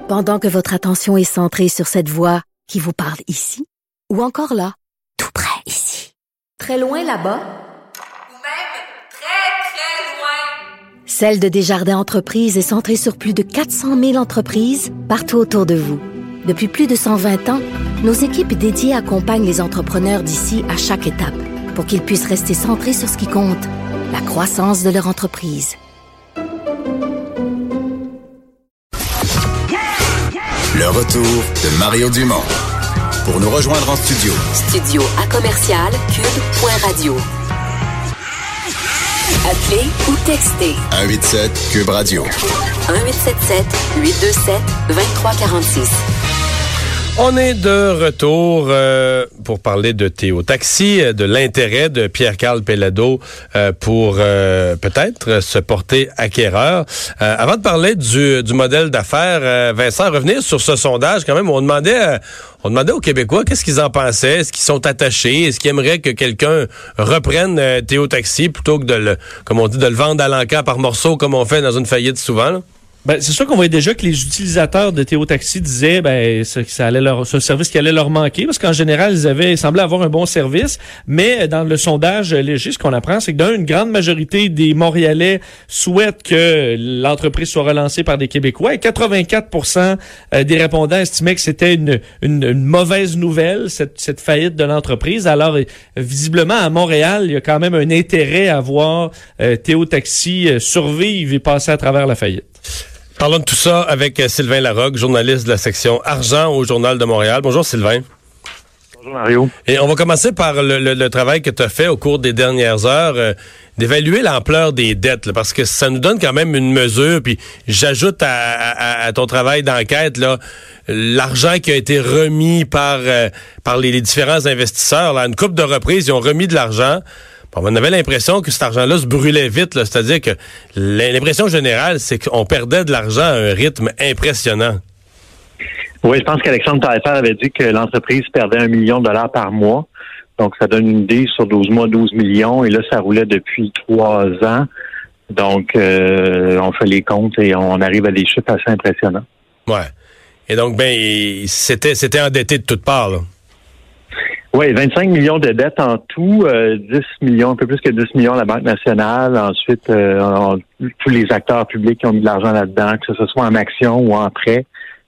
Pendant que votre attention est centrée sur cette voix qui vous parle ici, ou encore là, tout près ici, très loin là-bas, ou même très, très loin. Celle de Desjardins Entreprises est centrée sur plus de 400 000 entreprises partout autour de vous. Depuis plus de 120 ans, nos équipes dédiées accompagnent les entrepreneurs d'ici à chaque étape pour qu'ils puissent rester centrés sur ce qui compte, la croissance de leur entreprise. Le retour de Mario Dumont. Pour nous rejoindre en studio. Studio à commercial cube.radio. Appelez ou textez. 187 Cube Radio. 1877-827-2346. On est de retour pour parler de Théo Taxi, de l'intérêt de Pierre-Carl Péladeau pour peut-être se porter acquéreur. Avant de parler du modèle d'affaires, Vincent, revenir sur ce sondage quand même, on demandait aux Québécois qu'est-ce qu'ils en pensaient, est-ce qu'ils sont attachés, est-ce qu'ils aimeraient que quelqu'un reprenne Théo Taxi plutôt que de le vendre à l'encan par morceaux comme on fait dans une faillite souvent, là? Ben, c'est sûr qu'on voyait déjà que les utilisateurs de Théo Taxi disaient c'est un service qui allait leur manquer, parce qu'en général, ils semblaient avoir un bon service, mais dans le sondage léger, ce qu'on apprend, c'est que une grande majorité des Montréalais souhaitent que l'entreprise soit relancée par des Québécois, et 84% des répondants estimaient que c'était une mauvaise nouvelle, cette faillite de l'entreprise. Alors, visiblement, à Montréal, il y a quand même un intérêt à voir Théo Taxi survivre et passer à travers la faillite. Parlons de tout ça avec Sylvain Larocque, journaliste de la section Argent au Journal de Montréal. Bonjour Sylvain. Bonjour Mario. Et on va commencer par le travail que tu as fait au cours des dernières heures, d'évaluer l'ampleur des dettes, là, parce que ça nous donne quand même une mesure. Puis j'ajoute à ton travail d'enquête là, l'argent qui a été remis par les différents investisseurs. Là, à une couple de reprises, ils ont remis de l'argent. On avait l'impression que cet argent-là se brûlait vite, là. C'est-à-dire que l'impression générale, c'est qu'on perdait de l'argent à un rythme impressionnant. Oui, je pense qu'Alexandre Taillefer avait dit que l'entreprise perdait $1 million par mois. Donc, ça donne une idée sur 12 mois, 12 millions. Et là, ça roulait depuis 3 ans. Donc, on fait les comptes et on arrive à des chiffres assez impressionnants. Ouais. Et donc, c'était endetté de toutes parts, là. Oui, 25 millions de dettes en tout, 10 millions, un peu plus que 10 millions à la Banque nationale. Ensuite, tous les acteurs publics qui ont mis de l'argent là-dedans, que ce soit en action ou en prêt.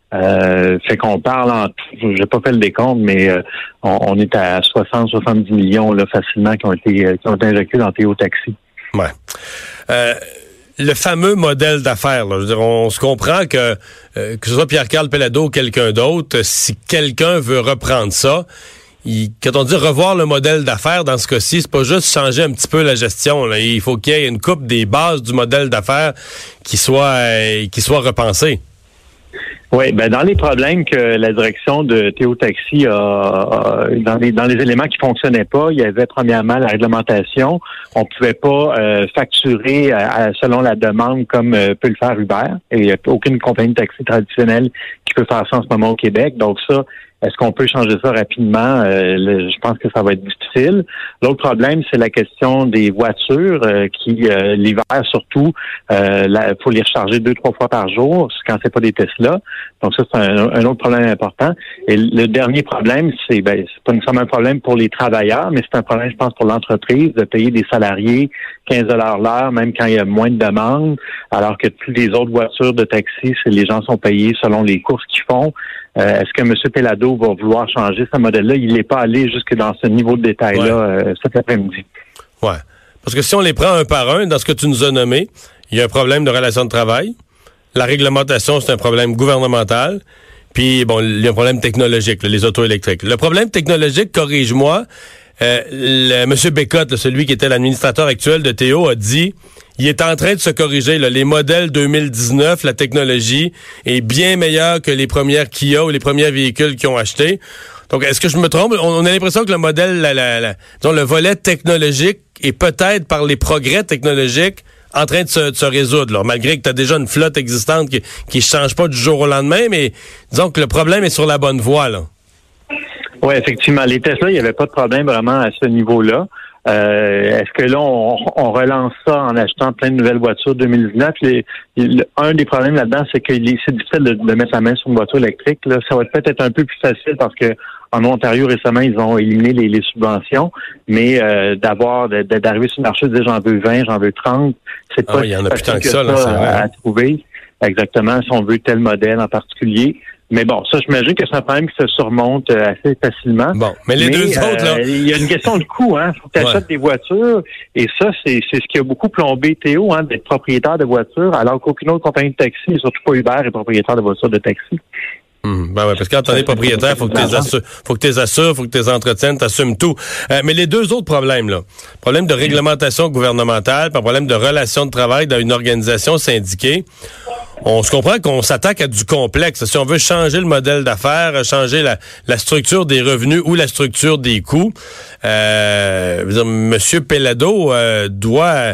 Fait qu'on parle en tout, j'ai pas fait le décompte, mais on est à 60-70 millions là, facilement qui ont été injectés dans Théo Taxi. Ouais. Le fameux modèle d'affaires, là, je veux dire, on se comprend que ce soit Pierre-Carl Péladeau ou quelqu'un d'autre, si quelqu'un veut reprendre ça, quand on dit revoir le modèle d'affaires, dans ce cas-ci, c'est pas juste changer un petit peu la gestion. Là. Il faut qu'il y ait une coupe des bases du modèle d'affaires qui soit repensée. Oui, dans les problèmes que la direction de Théo Taxi a dans les éléments qui fonctionnaient pas, il y avait premièrement la réglementation. On pouvait pas facturer selon la demande comme peut le faire Uber. Et il n'y a aucune compagnie de taxi traditionnelle qui peut faire ça en ce moment au Québec. Donc ça, est-ce qu'on peut changer ça rapidement? Je pense que ça va être difficile. L'autre problème, c'est la question des voitures qui, l'hiver surtout, faut les recharger 2-3 fois par jour quand c'est pas des Tesla. Donc ça, c'est un autre problème important. Et le dernier problème, c'est pas nécessairement un problème pour les travailleurs, mais c'est un problème, je pense, pour l'entreprise de payer des salariés 15 $ l'heure, même quand il y a moins de demandes, alors que toutes les autres voitures de taxi, les gens sont payés selon les courses qu'ils font. Est-ce que M. Péladeau va vouloir changer ce modèle-là? Il n'est pas allé jusque dans ce niveau de détail-là cet après-midi. Ouais. Parce que si on les prend un par un, dans ce que tu nous as nommé, il y a un problème de relation de travail. La réglementation, c'est un problème gouvernemental. Puis, il y a un problème technologique, là, les autos électriques. Le problème technologique, corrige-moi, M. Bécotte, là, celui qui était l'administrateur actuel de Théo, a dit... Il est en train de se corriger. Là. Les modèles 2019, la technologie est bien meilleure que les premières Kia ou les premiers véhicules qu'ils ont achetés. Donc, est-ce que je me trompe? On a l'impression que le modèle, disons, le volet technologique est peut-être par les progrès technologiques en train de se résoudre. Là. Malgré que tu as déjà une flotte existante qui ne change pas du jour au lendemain, mais disons que le problème est sur la bonne voie. Là. Oui, effectivement. Les Tesla, il n'y avait pas de problème vraiment à ce niveau-là. Est-ce que là, on relance ça en achetant plein de nouvelles voitures 2019? Un des problèmes là-dedans, c'est que c'est difficile de mettre la main sur une voiture électrique. Là. Ça va peut-être être un peu plus facile parce que en Ontario, récemment, ils ont éliminé les subventions, mais d'arriver sur le marché et de dire j'en veux 20, j'en veux 30, c'est pas il y en a plus tant que ça là, c'est vrai. à trouver. Exactement, si on veut tel modèle en particulier. Mais bon, ça, j'imagine que c'est un problème qui se surmonte assez facilement. Bon, mais les deux autres, là... Il y a une question de coût, hein. Faut que tu achètes des voitures. Et ça, c'est ce qui a beaucoup plombé Théo, hein, d'être propriétaire de voitures, alors qu'aucune autre compagnie de taxi, et surtout pas Uber, est propriétaire de voitures de taxi. Ben ouais, parce que quand t'en es propriétaire, faut que t'es assures, faut que t'es entretiennes, t'assumes tout. Mais les deux autres problèmes, là, problème de réglementation gouvernementale, puis un problème de relation de travail dans une organisation syndiquée, on se comprend qu'on s'attaque à du complexe. Si on veut changer le modèle d'affaires, changer la structure des revenus ou la structure des coûts, Monsieur Pellado doit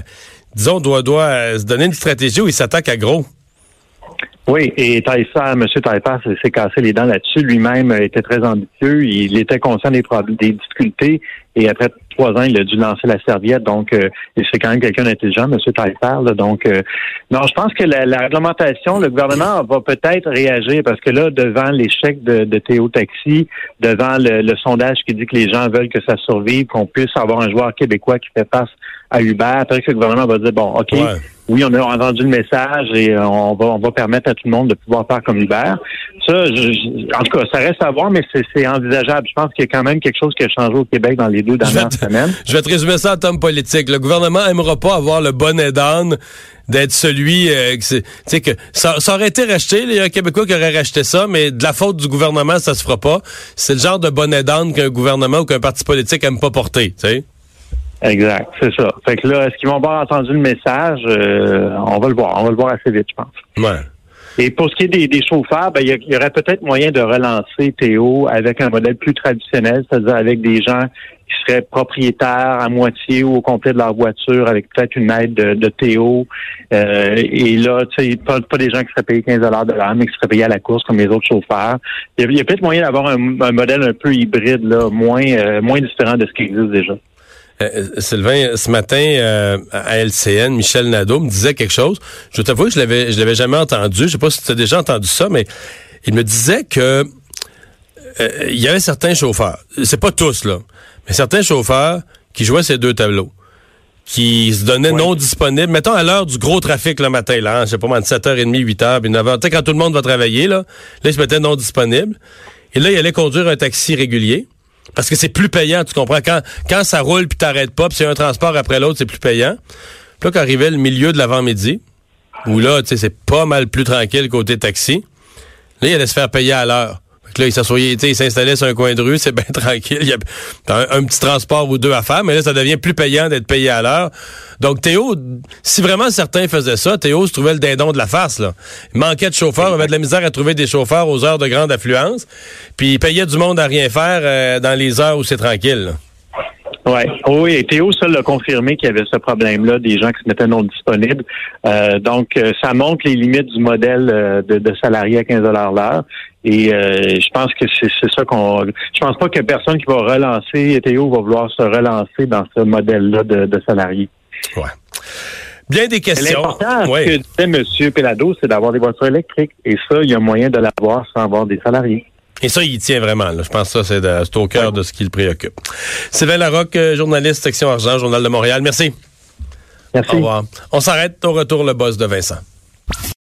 se donner une stratégie où il s'attaque à gros. Oui, et M. Taillefer s'est cassé les dents là-dessus. Lui-même était très ambitieux. Il était conscient des difficultés. Et après 3 ans, il a dû lancer la serviette. Donc, c'est quand même quelqu'un d'intelligent, M. Taillefer. Donc, non, je pense que la réglementation, le gouvernement va peut-être réagir parce que là, devant l'échec de Théo Taxi, devant le sondage qui dit que les gens veulent que ça survive, qu'on puisse avoir un joueur québécois qui fait face à Uber, peut-être que le gouvernement va dire, bon, OK, oui, on a entendu le message et on va permettre à tout le monde de pouvoir faire comme Uber. Ça, en tout cas, ça reste à voir, mais c'est envisageable. Je pense qu'il y a quand même quelque chose qui a changé au Québec dans les 2 dernières semaines. Je vais te résumer ça en termes politiques. Le gouvernement aimera pas avoir le bonnet d'âne d'être celui tu sais que ça aurait été racheté, il y a un Québécois qui aurait racheté ça, mais de la faute du gouvernement, ça se fera pas. C'est le genre de bonnet d'âne qu'un gouvernement ou qu'un parti politique aime pas porter, tu sais. Exact, c'est ça. Fait que là, est-ce qu'ils vont avoir entendu le message? On va le voir. On va le voir assez vite, je pense. Ouais. Et pour ce qui est des chauffeurs, il y aurait peut-être moyen de relancer Théo avec un modèle plus traditionnel, c'est-à-dire avec des gens qui seraient propriétaires à moitié ou au complet de leur voiture, avec peut-être une aide de Théo. Et là, tu sais, pas des gens qui seraient payés 15 $ de l'heure, mais qui seraient payés à la course comme les autres chauffeurs. Il y a peut-être moyen d'avoir un modèle un peu hybride, là, moins différent de ce qui existe déjà. Sylvain, ce matin, à LCN, Michel Nadeau me disait quelque chose. Je t'avoue que je l'avais jamais entendu. Je sais pas si tu as déjà entendu ça, mais il me disait que il y avait certains chauffeurs, c'est pas tous, là, mais certains chauffeurs qui jouaient ces 2 tableaux, qui se donnaient non disponibles, mettons à l'heure du gros trafic le matin, là, je sais pas, entre 7h30, 8h, puis 9h, tu sais, quand tout le monde va travailler, là, ils se mettaient non disponibles. Et là, il allait conduire un taxi régulier. Parce que c'est plus payant, tu comprends? Quand ça roule puis t'arrêtes pas, puis c'est un transport après l'autre, c'est plus payant. Puis là, quand arrivait le milieu de l'avant-midi, où là, tu sais, c'est pas mal plus tranquille côté taxi, là, il allait se faire payer à l'heure. Fait que là, il s'installait sur un coin de rue, c'est bien tranquille. Il y a un petit transport ou 2 à faire, mais là, ça devient plus payant d'être payé à l'heure. Donc, Théo, si vraiment certains faisaient ça, Théo se trouvait le dindon de la farce, là. Il manquait de chauffeurs, on avait de la misère à trouver des chauffeurs aux heures de grande affluence, puis il payait du monde à rien faire dans les heures où c'est tranquille, là. Ouais. Oui, et Théo seul l'a confirmé qu'il y avait ce problème-là, des gens qui se mettaient non disponibles. Donc, ça montre les limites du modèle de salarié à 15 $ l'heure. Et je pense que c'est ça qu'on... Je pense pas que personne qui va relancer, Théo va vouloir se relancer dans ce modèle-là de salarié. Ouais. Bien des questions. L'important, ce que disait M. Pellado, c'est d'avoir des voitures électriques. Et ça, il y a moyen de l'avoir sans avoir des salariés. Et ça, il tient vraiment. Là. Je pense que ça, c'est au cœur de ce qui le préoccupe. Sylvain Larocque, journaliste, section Argent, Journal de Montréal. Merci. Merci. Au revoir. On s'arrête. Au retour, le boss de Vincent.